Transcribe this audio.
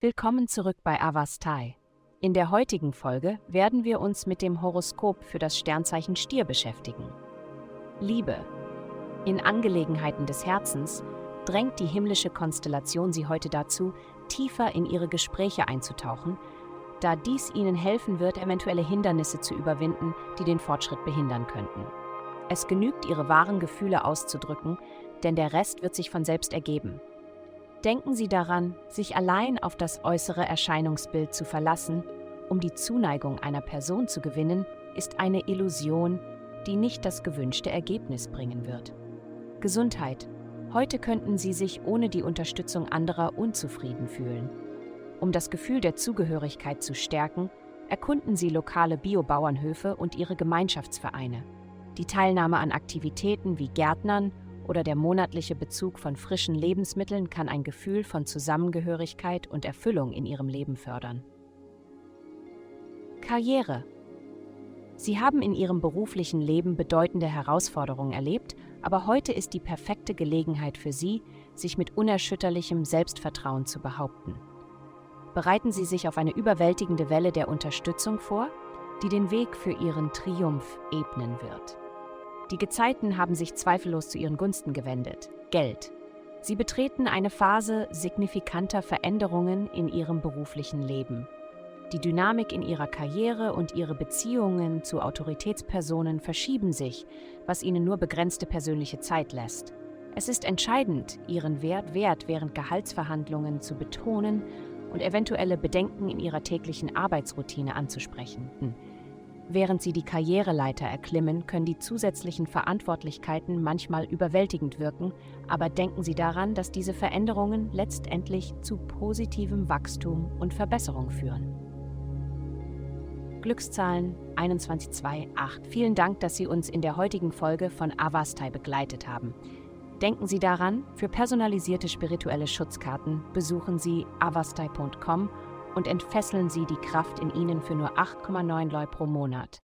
Willkommen zurück bei Avastai. In der heutigen Folge werden wir uns mit dem Horoskop für das Sternzeichen Stier beschäftigen. Liebe. In Angelegenheiten des Herzens drängt die himmlische Konstellation Sie heute dazu, tiefer in Ihre Gespräche einzutauchen, da dies Ihnen helfen wird, eventuelle Hindernisse zu überwinden, die den Fortschritt behindern könnten. Es genügt, Ihre wahren Gefühle auszudrücken, denn der Rest wird sich von selbst ergeben. Denken Sie daran, sich allein auf das äußere Erscheinungsbild zu verlassen, um die Zuneigung einer Person zu gewinnen, ist eine Illusion, die nicht das gewünschte Ergebnis bringen wird. Gesundheit. Heute könnten Sie sich ohne die Unterstützung anderer unzufrieden fühlen. Um das Gefühl der Zugehörigkeit zu stärken, erkunden Sie lokale Biobauernhöfe und ihre Gemeinschaftsvereine. Die Teilnahme an Aktivitäten wie Gärtnern oder der monatliche Bezug von frischen Lebensmitteln kann ein Gefühl von Zusammengehörigkeit und Erfüllung in Ihrem Leben fördern. Karriere. Sie haben in Ihrem beruflichen Leben bedeutende Herausforderungen erlebt, aber heute ist die perfekte Gelegenheit für Sie, sich mit unerschütterlichem Selbstvertrauen zu behaupten. Bereiten Sie sich auf eine überwältigende Welle der Unterstützung vor, die den Weg für Ihren Triumph ebnen wird. Die Gezeiten haben sich zweifellos zu Ihren Gunsten gewendet. Geld. Sie betreten eine Phase signifikanter Veränderungen in Ihrem beruflichen Leben. Die Dynamik in Ihrer Karriere und Ihre Beziehungen zu Autoritätspersonen verschieben sich, was Ihnen nur begrenzte persönliche Zeit lässt. Es ist entscheidend, Ihren Wert während Gehaltsverhandlungen zu betonen und eventuelle Bedenken in Ihrer täglichen Arbeitsroutine anzusprechen. Während Sie die Karriereleiter erklimmen, können die zusätzlichen Verantwortlichkeiten manchmal überwältigend wirken, aber denken Sie daran, dass diese Veränderungen letztendlich zu positivem Wachstum und Verbesserung führen. Glückszahlen 2128. Vielen Dank, dass Sie uns in der heutigen Folge von Avastai begleitet haben. Denken Sie daran, für personalisierte spirituelle Schutzkarten besuchen Sie avastai.com und entfesseln Sie die Kraft in Ihnen für nur 8,9 Leu pro Monat.